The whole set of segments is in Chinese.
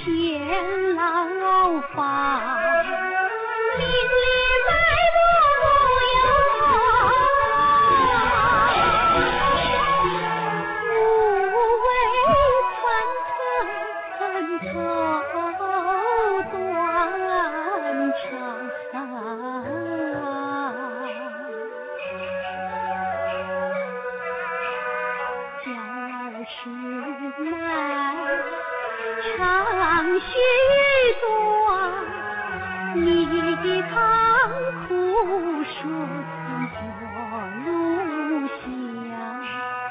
天牢房，名利在我无有，无为传承头断肠。娇儿时难长须短，你的苍苦说作路乡。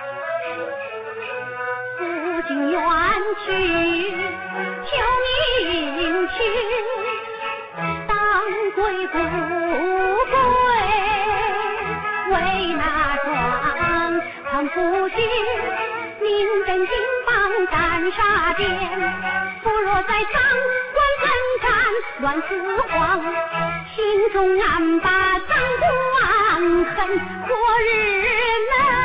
夫君远去求命去，当归不归，为那庄夫君名震金榜干杀奸，不若在当官征战乱四荒，心中暗把脏官恨，昨日能